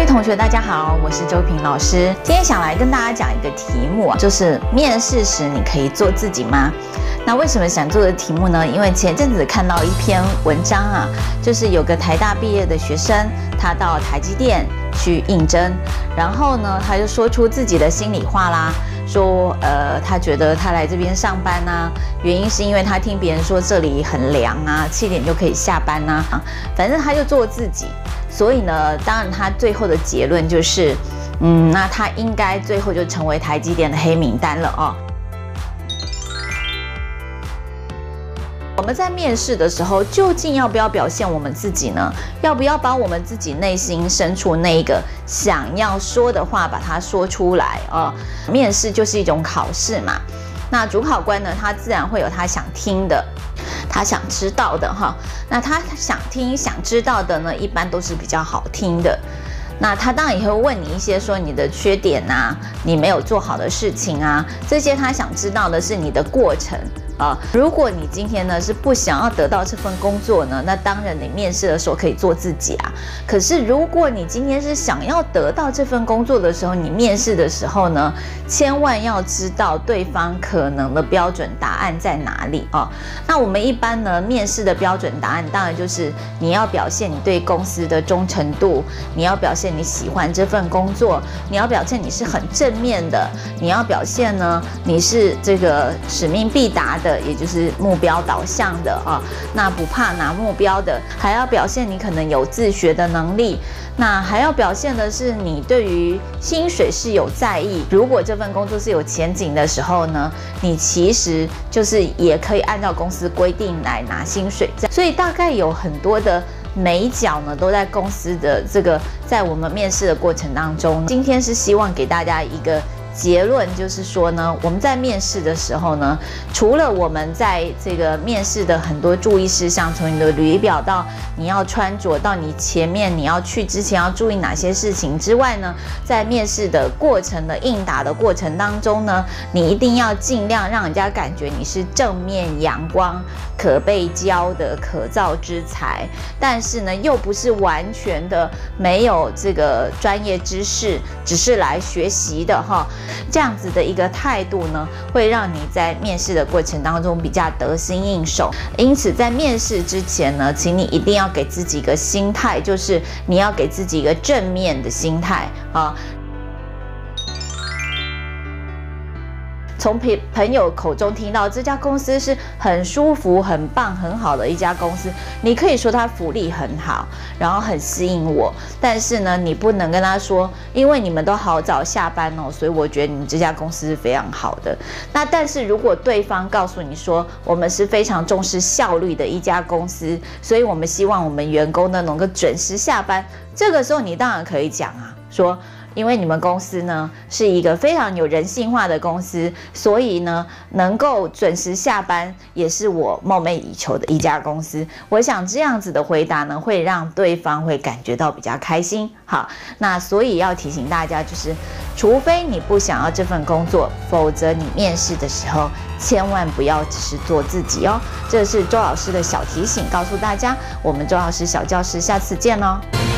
位同学，大家好，我是周平老师。今天想来跟大家讲一个题目啊，就是面试时你可以做自己吗？那为什么想做的题目呢？因为前阵子看到一篇文章啊，就是有个台大毕业的学生，他到台积电去应征，然后呢，他就说出自己的心里话啦，说他觉得他来这边上班啊，原因是因为他听别人说这里很凉啊，7点就可以下班啊，反正他就做自己。所以呢，当然他最后的结论就是，那他应该最后就成为台积电的黑名单了哦。我们在面试的时候，究竟要不要表现我们自己呢？要不要把我们自己内心深处那一个想要说的话，把它说出来哦？面试就是一种考试嘛，那主考官呢，他自然会有他想听的。他想知道的哈，那他想听、想知道的呢，一般都是比较好听的。那他当然也会问你一些说你的缺点啊，你没有做好的事情啊，这些他想知道的是你的过程啊。如果你今天呢是不想要得到这份工作呢，那当然你面试的时候可以做自己啊。可是如果你今天是想要得到这份工作的时候，你面试的时候呢，千万要知道对方可能的标准答案在哪里啊。那我们一般呢面试的标准答案，当然就是你要表现你对公司的忠诚度，你要表现你喜欢这份工作，你要表现你是很正面的，你要表现呢你是这个使命必达的，也就是目标导向的啊，那不怕拿目标的，还要表现你可能有自学的能力，那还要表现的是你对于薪水是有在意。如果这份工作是有前景的时候呢，你其实就是也可以按照公司规定来拿薪水，所以大概有很多的美角呢，都在公司的这个，在我们面试的过程当中。今天是希望给大家一个结论，就是说呢，我们在面试的时候呢，除了我们在这个面试的很多注意事项，从你的履历表到你要穿着，到你前面你要去之前要注意哪些事情之外呢，在面试的过程的应答的过程当中呢，你一定要尽量让人家感觉你是正面阳光、可被教的可造之才，但是呢，又不是完全的没有这个专业知识，只是来学习的哈。这样子的一个态度呢，会让你在面试的过程当中比较得心应手。因此，在面试之前呢，请你一定要给自己一个心态，就是你要给自己一个正面的心态啊。从朋友口中听到这家公司是很舒服、很棒、很好的一家公司，你可以说它福利很好，然后很吸引我，但是呢，你不能跟他说，因为你们都好早下班哦，所以我觉得你们这家公司是非常好的。那但是如果对方告诉你说，我们是非常重视效率的一家公司，所以我们希望我们员工呢能够准时下班，这个时候你当然可以讲啊，说，因为你们公司呢是一个非常有人性化的公司，所以呢能够准时下班也是我梦寐以求的一家公司。我想这样子的回答呢，会让对方会感觉到比较开心。好，那所以要提醒大家，就是除非你不想要这份工作，否则你面试的时候千万不要只是做自己哦。这是周老师的小提醒，告诉大家。我们周老师小教室下次见哦。